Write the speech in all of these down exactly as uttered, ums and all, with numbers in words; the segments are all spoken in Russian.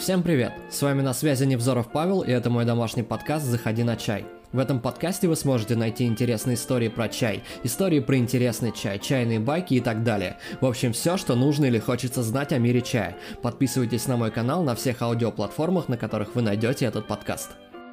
Всем привет! С вами на связи Невзоров Павел, и это мой домашний подкаст «Заходи на чай». В этом подкасте вы сможете найти интересные истории про чай, истории про интересный чай, чайные байки и так далее. В общем, все, что нужно или хочется знать о мире чая. Подписывайтесь на мой канал на всех аудиоплатформах, на которых вы найдете этот подкаст.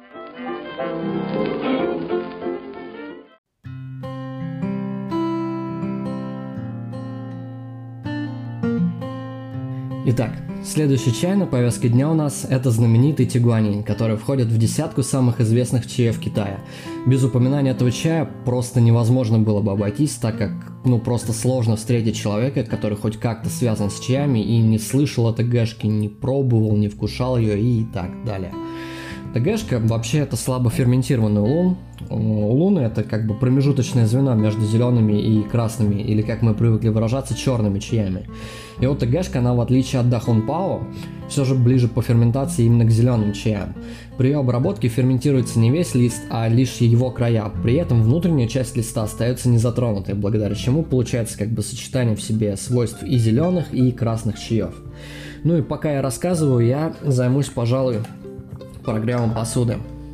Итак, следующий чай на повестке дня у нас – это знаменитый тигуанин, который входит в десятку самых известных чаев Китая. Без упоминания этого чая просто невозможно было бы обойтись, так как ну просто сложно встретить человека, который хоть как-то связан с чаями и не слышал о тэгэшке, не пробовал, не вкушал ее и так далее. Тэгэшка вообще это слабо ферментированный улун. Улуны это как бы промежуточное звено между зелеными и красными, или как мы привыкли выражаться, черными чаями. И вот тэгэшка, она в отличие от дахунпао, все же ближе по ферментации именно к зеленым чаям. При ее обработке ферментируется не весь лист, а лишь его края. При этом внутренняя часть листа остается незатронутой, благодаря чему получается как бы сочетание в себе свойств и зеленых, и красных чаев. Ну и пока я рассказываю, я займусь, пожалуй, прогревом посуды.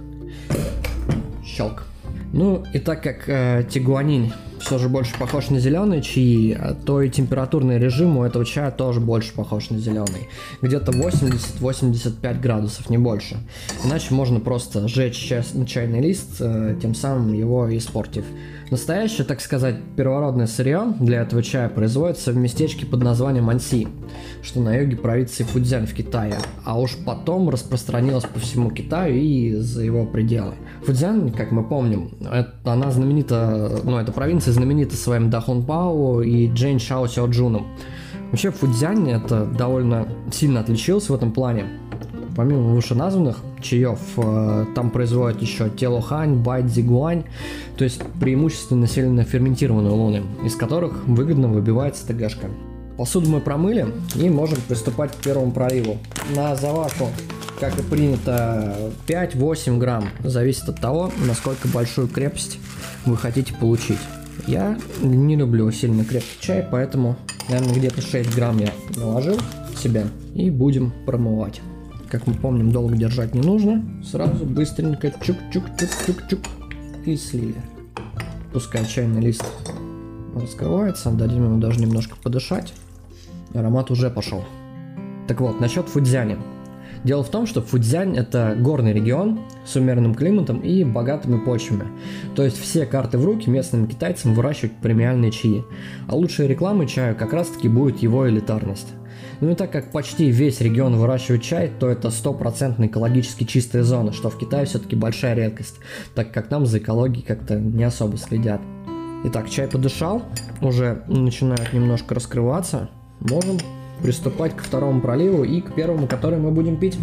Щелк. Ну и так как э, тигуанин все же больше похож на зеленый чаи, то и температурный режим у этого чая тоже больше похож на зеленый. Где-то восемьдесят-восемьдесят пять градусов, не больше. Иначе можно просто сжечь чай, чайный лист, э, тем самым его испортив. Настоящее, так сказать, первородное сырье для этого чая производится в местечке под названием Анси, что на юге провинции Фуцзянь в Китае, а уж потом распространилось по всему Китаю и за его пределы. Фуцзянь, как мы помним, это, она знаменита, ну, эта провинция знаменита своим дахунпао и Джэнь Шао Сяоджуном. Вообще Фуцзянь это довольно сильно отличился в этом плане. Помимо вышеназванных чаев, там производят еще телохань, байдзигуань, то есть преимущественно сильно ферментированные улуны, из которых выгодно выбивается тэгэшка. Посуду мы промыли и можем приступать к первому проливу. На заварку, как и принято, пять-восемь грамм, зависит от того, насколько большую крепость вы хотите получить. Я не люблю сильно крепкий чай, поэтому, наверное, где-то шесть грамм я наложил себе и будем промывать. Как мы помним, долго держать не нужно. Сразу быстренько чук-чук-чук-чук-чук и слили. Пускай чайный лист раскрывается, дадим ему даже немножко подышать. Аромат уже пошел. Так вот, насчет Фуцзяня. Дело в том, что Фуцзянь это горный регион с умеренным климатом и богатыми почвами. То есть все карты в руки местным китайцам выращивать премиальные чаи. А лучшей рекламой чаю как раз таки будет его элитарность. Ну и так как почти весь регион выращивает чай, то это стопроцентно экологически чистая зона, что в Китае все-таки большая редкость, так как там за экологией как-то не особо следят. Итак, чай подышал, уже начинает немножко раскрываться. Можем приступать к второму проливу и к первому, который мы будем пить.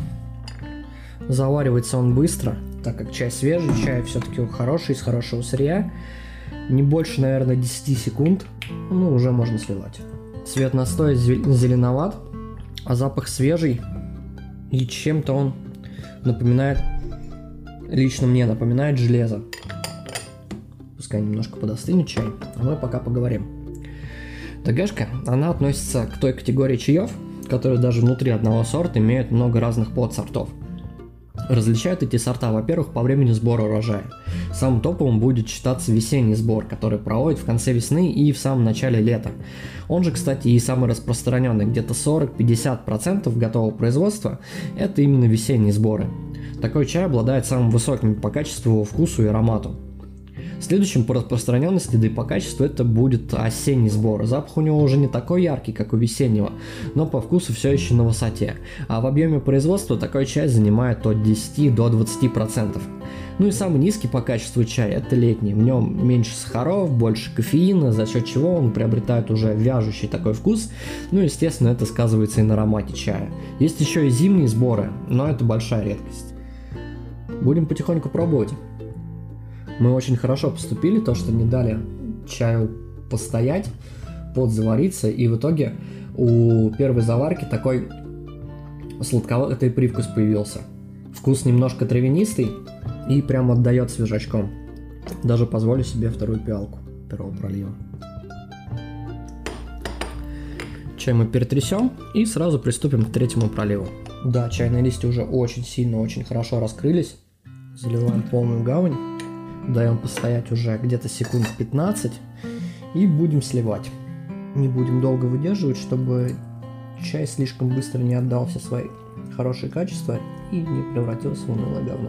Заваривается он быстро, так как чай свежий, чай все-таки хороший, из хорошего сырья. Не больше, наверное, десять секунд, ну уже можно сливать. Цвет настоя зеленоват, а запах свежий, и чем-то он напоминает, лично мне напоминает железо. Пускай немножко подостынет чай, а мы пока поговорим. Тэгэшка, она относится к той категории чаев, которые даже внутри одного сорта имеют много разных подсортов. Различают эти сорта, во-первых, по времени сбора урожая. Самым топовым будет считаться весенний сбор, который проводят в конце весны и в самом начале лета. Он же, кстати, и самый распространенный, где-то сорок-пятьдесят процентов готового производства – это именно весенние сборы. Такой чай обладает самым высоким по качеству, вкусу и аромату. Следующим по распространенности, да и по качеству, это будет осенний сбор. Запах у него уже не такой яркий, как у весеннего, но по вкусу все еще на высоте. А в объеме производства такой чай занимает от десяти до двадцати процентов. Ну и самый низкий по качеству чай – это летний. В нем меньше сахаров, больше кофеина, за счет чего он приобретает уже вяжущий такой вкус. Ну, естественно, это сказывается и на аромате чая. Есть еще и зимние сборы, но это большая редкость. Будем потихоньку пробовать. Мы очень хорошо поступили, то что не дали чаю постоять, подзавариться, и в итоге у первой заварки такой сладковатый привкус появился. Вкус немножко травянистый и прям отдает свежачком. Даже позволю себе вторую пиалку первого пролива. Чай мы перетрясем и сразу приступим к третьему проливу. Да, чайные листья уже очень сильно, очень хорошо раскрылись. Заливаем полную гавань. Даем постоять уже где-то секунд пятнадцать. И будем сливать. Не будем долго выдерживать, чтобы чай слишком быстро не отдал все свои хорошие качества и не превратился в унылое говно.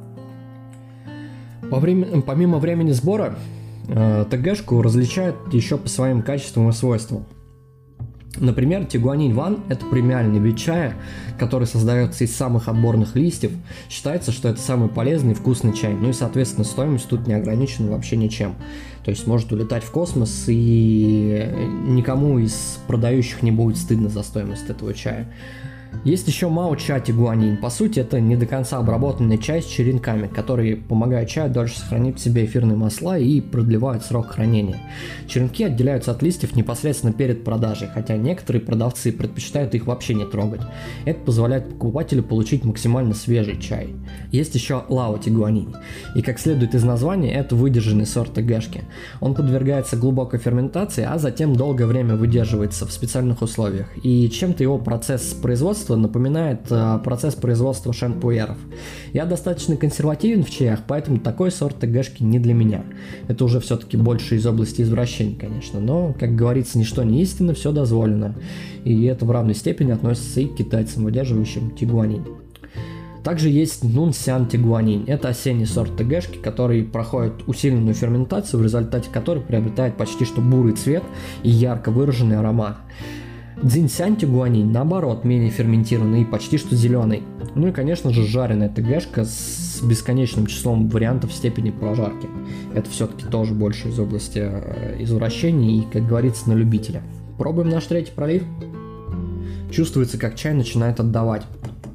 По время, помимо времени сбора, э, ТГшку различают еще по своим качествам и свойствам. Например, Тигуанин Ван – это премиальный вид чая, который создается из самых отборных листьев. Считается, что это самый полезный и вкусный чай. Ну и, соответственно, стоимость тут не ограничена вообще ничем. То есть может улетать в космос, и никому из продающих не будет стыдно за стоимость этого чая. Есть еще Мао Ча Тигуанин. По сути, это не до конца обработанный чай с черенками, которые помогают чаю дольше сохранить в себе эфирные масла и продлевают срок хранения. Черенки отделяются от листьев непосредственно перед продажей, хотя некоторые продавцы предпочитают их вообще не трогать. Это позволяет покупателю получить максимально свежий чай. Есть еще Лао Тигуанин. И как следует из названия, это выдержанный сорт ТГшки. Он подвергается глубокой ферментации, а затем долгое время выдерживается в специальных условиях. И чем-то его процесс производства напоминает э, процесс производства шампуэров. Я достаточно консервативен в чаях, поэтому такой сорт ТГшки не для меня. Это уже все-таки больше из области извращений, конечно, но, как говорится, ничто не истинно, все дозволено. И это в равной степени относится и к китайцам, выдерживающим Тигуанин. Также есть Нун Сян Тигуанин. Это осенний сорт ТГшки, который проходит усиленную ферментацию, в результате которой приобретает почти что бурый цвет и ярко выраженный аромат. Цзиньсянь Тигуанин, наоборот, менее ферментированный и почти что зеленый. Ну и, конечно же, жареная ТГшка с бесконечным числом вариантов степени прожарки. Это все-таки тоже больше из области извращений и, как говорится, на любителя. Пробуем наш третий пролив. Чувствуется, как чай начинает отдавать.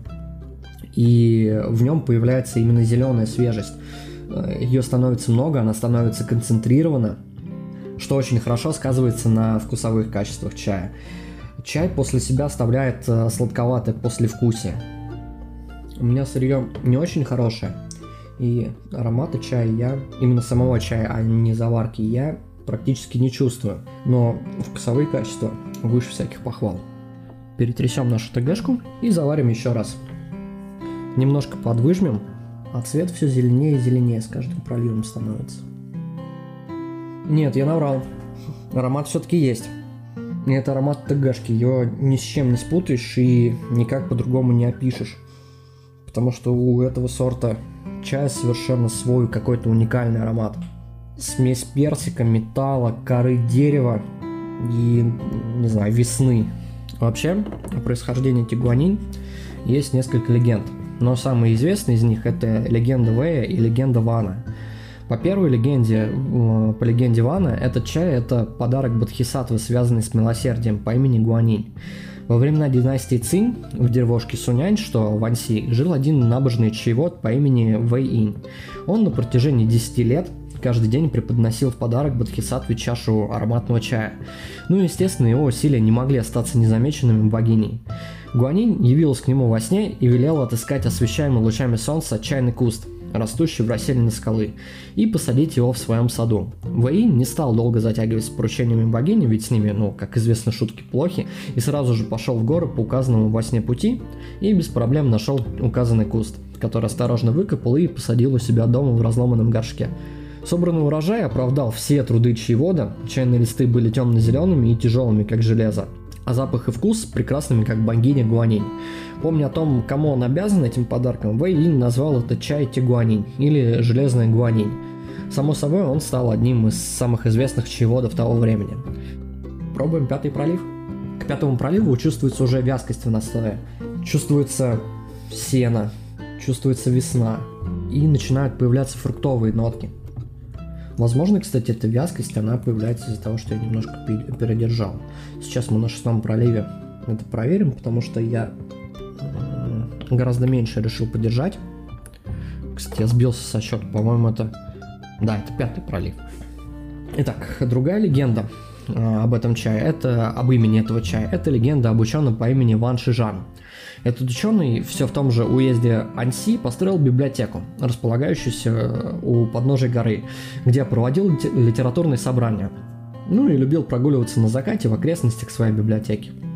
И в нем появляется именно зеленая свежесть. Ее становится много, она становится концентрирована, что очень хорошо сказывается на вкусовых качествах чая. Чай после себя оставляет сладковатое послевкусие. У меня сырье не очень хорошее, и аромата чая я, именно самого чая, а не заварки, я практически не чувствую. Но вкусовые качества выше всяких похвал. Перетрясем нашу ТГшку и заварим еще раз. Немножко подвыжмем, а цвет все зеленее и зеленее с каждым проливом становится. Нет, я наврал. Аромат все-таки есть. И это аромат ТГшки. Ее ни с чем не спутаешь и никак по-другому не опишешь. Потому что у этого сорта чая совершенно свой какой-то уникальный аромат. Смесь персика, металла, коры дерева и, не знаю, весны. Вообще, о происхождении Тигуанин есть несколько легенд. Но самые известные из них это легенда Вэя и легенда Вана. По первой легенде, по легенде Вана, этот чай – это подарок Бодхисаттвы, связанный с милосердием по имени Гуанинь. Во времена династии Цинь в деревушке Сунянь, что в Аньси, жил один набожный чаевод по имени Вэй-инь. Он на протяжении десяти лет каждый день преподносил в подарок Бодхисаттве чашу ароматного чая. Ну и, естественно, его усилия не могли остаться незамеченными богиней. Гуанинь явилась к нему во сне и велела отыскать освещаемый лучами солнца чайный куст, растущий в расселине скалы, и посадить его в своем саду. Вэйинь не стал долго затягивать с поручениями богини, ведь с ними, ну, как известно, шутки плохи, и сразу же пошел в горы по указанному во сне пути и без проблем нашел указанный куст, который осторожно выкопал и посадил у себя дома в разломанном горшке. Собранный урожай оправдал все труды чаевода, чайные листы были темно-зелеными и тяжелыми, как железо, а запах и вкус прекрасными, как богиня Гуанинь. Помня о том, кому он обязан этим подарком, Вэй-инь назвал этот чай Тигуанинь, или Железная Гуанинь. Само собой, он стал одним из самых известных чаеводов того времени. Пробуем пятый пролив. К пятому проливу чувствуется уже вязкость в настое. Чувствуется сено, чувствуется весна, и начинают появляться фруктовые нотки. Возможно, кстати, эта вязкость, она появляется из-за того, что я немножко передержал. Сейчас мы на шестом проливе это проверим, потому что я гораздо меньше решил подержать. Кстати, я сбился со счета, по-моему, это... Да, это пятый пролив. Итак, другая легенда э, об этом чае, это об имени этого чая, это легенда об ученом по имени Ван Шижан. Этот ученый все в том же уезде Аньси построил библиотеку, располагающуюся у подножия горы, где проводил литературные собрания. Ну и любил прогуливаться на закате в окрестностях своей библиотеки.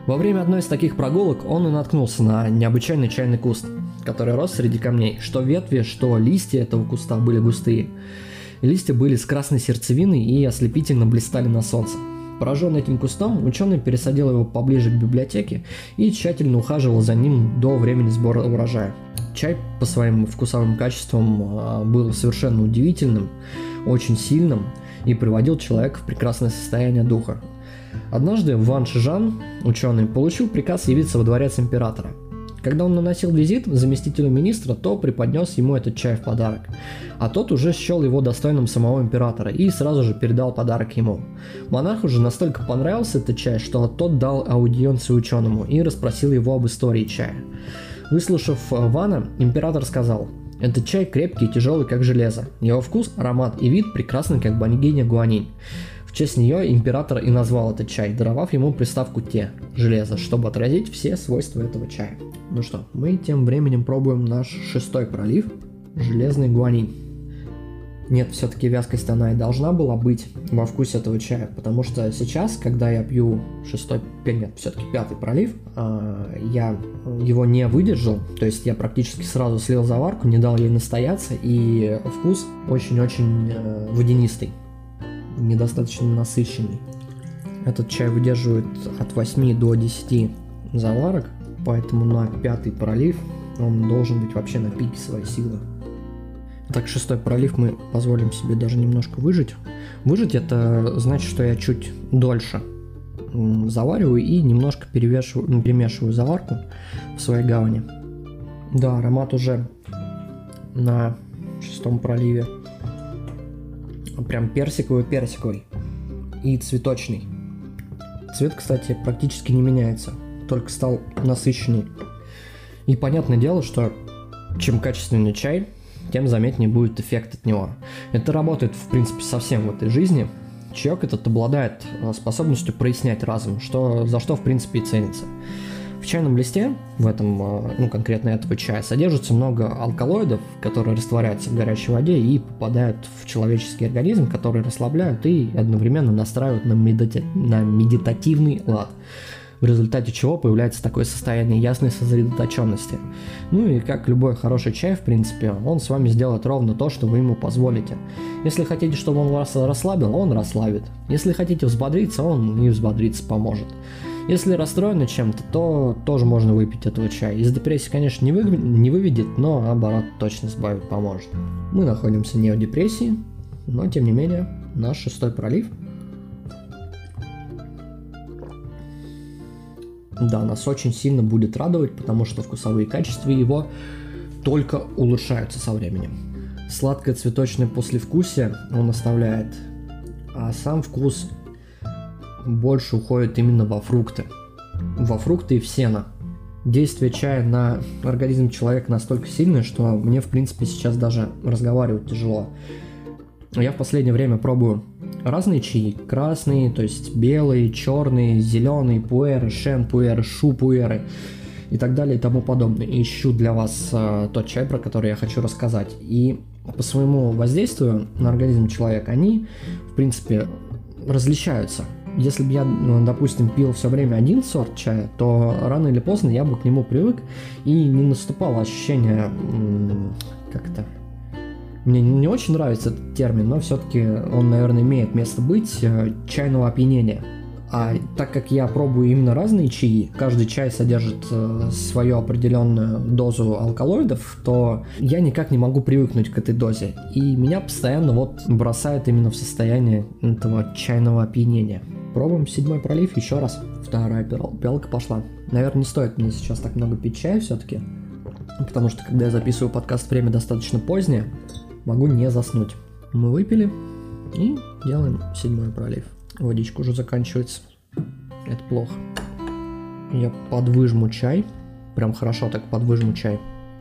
Во время одной из таких прогулок он и наткнулся на необычайный чайный куст, который рос среди камней. Что ветви, что листья этого куста были густые. И листья были с красной сердцевиной и ослепительно блистали на солнце. Пораженный этим кустом, ученый пересадил его поближе к библиотеке и тщательно ухаживал за ним до времени сбора урожая. Чай по своим вкусовым качествам был совершенно удивительным, очень сильным и приводил человека в прекрасное состояние духа. Однажды Ван Шижан, ученый, получил приказ явиться во дворец императора. Когда он наносил визит заместителю министра, то преподнес ему этот чай в подарок. А тот уже счел его достойным самого императора и сразу же передал подарок ему. Монарху же настолько понравился этот чай, что тот дал аудиенцию ученому и расспросил его об истории чая. Выслушав Вана, император сказал: «Этот чай крепкий и тяжелый, как железо. Его вкус, аромат и вид прекрасны, как богиня Гуанинь». В честь нее император и назвал этот чай, даровав ему приставку «те» – железо, чтобы отразить все свойства этого чая. Ну что, мы тем временем пробуем наш шестой пролив – железный гуанинь. Нет, все-таки вязкость она и должна была быть во вкусе этого чая, потому что сейчас, когда я пью шестой, нет, все-таки пятый пролив, я его не выдержал, то есть я практически сразу слил заварку, не дал ей настояться, и вкус очень-очень водянистый. Недостаточно насыщенный. Этот чай выдерживает от восьми до десяти заварок, поэтому на пятый пролив он должен быть вообще на пике своей силы. Так, шестой пролив мы позволим себе даже немножко выжать. Выжать — это значит, что я чуть дольше завариваю и немножко перемешиваю, перемешиваю заварку в своей гавани. Да, аромат уже на шестом проливе прям персиковый-персиковый и цветочный. Цвет, кстати, практически не меняется, только стал насыщенней. И понятное дело, что чем качественный чай, тем заметнее будет эффект от него. Это работает, в принципе, совсем в этой жизни. Чаек этот обладает способностью прояснять разум, что, за что, в принципе, и ценится. В чайном листе, в этом, ну, конкретно этого чая, содержится много алкалоидов, которые растворяются в горячей воде и попадают в человеческий организм, которые расслабляют и одновременно настраивают на, медити... на медитативный лад, в результате чего появляется такое состояние ясной сосредоточенности. Ну и как любой хороший чай, в принципе, он с вами сделает ровно то, что вы ему позволите. Если хотите, чтобы он вас расслабил, он расслабит. Если хотите взбодриться, он и взбодриться поможет. Если расстроены чем-то, то тоже можно выпить этого чая. Из депрессии, конечно, не, вы... не выведет, но наоборот точно избавить поможет. Мы находимся не в депрессии, но тем не менее наш шестой пролив. Да, нас очень сильно будет радовать, потому что вкусовые качества его только улучшаются со временем. Сладкое цветочное послевкусие он оставляет, а сам вкус больше уходит именно во фрукты. Во фрукты и в сено. Действие чая на организм человека настолько сильное, что мне, в принципе, сейчас даже разговаривать тяжело. Я в последнее время пробую разные чаи. Красные, то есть белые, черные, зеленые, пуэры, шен-пуэры, шу-пуэры и так далее и тому подобное. И ищу для вас э, тот чай, про который я хочу рассказать. И по своему воздействию на организм человека они, в принципе, различаются. Если бы я, ну, допустим, пил все время один сорт чая, то рано или поздно я бы к нему привык и не наступало ощущение, как это... Мне не очень нравится этот термин, но все-таки он, наверное, имеет место быть, чайного опьянения. А так как я пробую именно разные чаи, каждый чай содержит э, свою определенную дозу алкалоидов, то я никак не могу привыкнуть к этой дозе. И меня постоянно вот бросает именно в состояние этого чайного опьянения. Пробуем седьмой пролив еще раз. Вторая пиалка пошла. Наверное, не стоит мне сейчас так много пить чая все-таки, потому что когда я записываю подкаст, время достаточно позднее, могу не заснуть. Мы выпили и делаем седьмой пролив. Водичка уже заканчивается. Это плохо. Я подвыжму чай. Прям хорошо так подвыжму чай.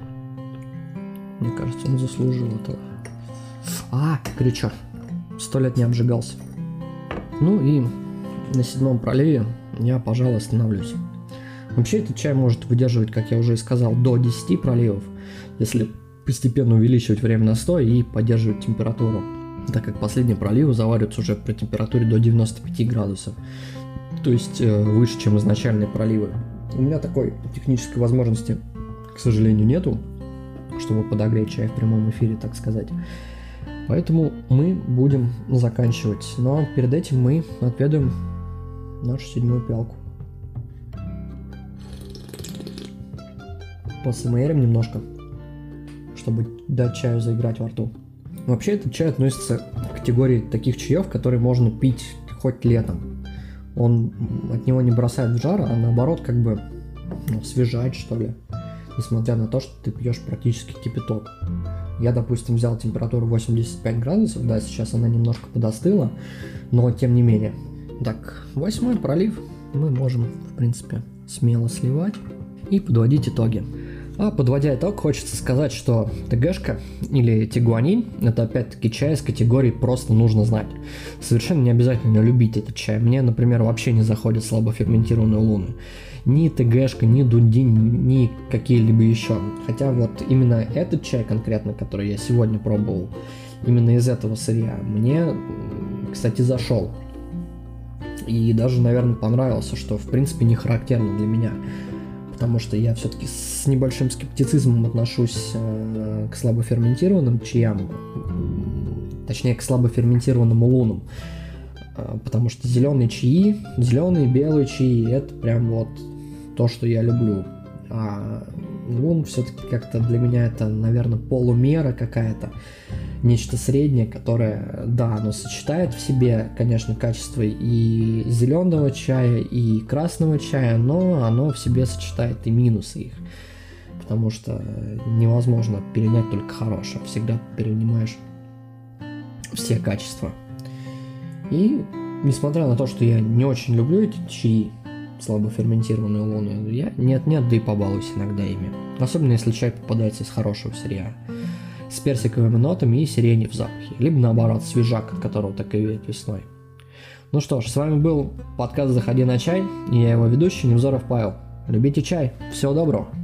Мне кажется, он заслужил этого. А, крючок. Сто лет не обжигался. Ну и на седьмом проливе я, пожалуй, остановлюсь. Вообще этот чай может выдерживать, как я уже и сказал, до десяти проливов, если постепенно увеличивать время настоя и поддерживать температуру, так как последние проливы завариваются уже при температуре до девяноста пяти градусов. то есть э, выше, чем изначальные проливы. У меня такой технической возможности, к сожалению, нету, чтобы подогреть чай в прямом эфире, так сказать. Поэтому мы будем заканчивать. Но перед этим мы отведаем нашу седьмую пиалку. Посмеерим немножко, чтобы дать чаю заиграть во рту. Вообще этот чай относится к категории таких чаев, которые можно пить хоть летом. Он от него не бросает в жар, а наоборот как бы ну, освежает, что ли. Несмотря на то, что ты пьешь практически кипяток. Я, допустим, взял температуру восемьдесят пять градусов, да, сейчас она немножко подостыла, но тем не менее. Так, восьмой пролив мы можем, в принципе, смело сливать и подводить итоги. А подводя итог, хочется сказать, что ТГшка или тигуанин – это опять-таки чай из категории «просто нужно знать». Совершенно не обязательно любить этот чай. Мне, например, вообще не заходят слабо ферментированные луны. Ни ТГшка, ни дундин, ни какие-либо еще. Хотя вот именно этот чай конкретно, который я сегодня пробовал, именно из этого сырья, мне, кстати, зашел. И даже, наверное, понравился, что в принципе не характерно для меня. Потому что я все-таки с небольшим скептицизмом отношусь э, к слабоферментированным чаям, точнее к слабоферментированным лунам, э, потому что зеленые чаи, зеленые, белые чаи, это прям вот то, что я люблю. А лун все-таки как-то для меня это, наверное, полумера какая-то, нечто среднее, которое, да, оно сочетает в себе, конечно, качество и зеленого чая, и красного чая, но оно в себе сочетает и минусы их, потому что невозможно перенять только хорошее, всегда перенимаешь все качества. И несмотря на то, что я не очень люблю эти чаи, слабоферментированные луны, я нет-нет, да и побалуюсь иногда ими, особенно если чай попадается из хорошего сырья, с персиковыми нотами и сиренью в запахе, либо наоборот свежак, от которого так и веет весной. Ну что ж, с вами был подкаст «Заходи на чай», и я его ведущий Невзоров Павел. Любите чай, всего доброго!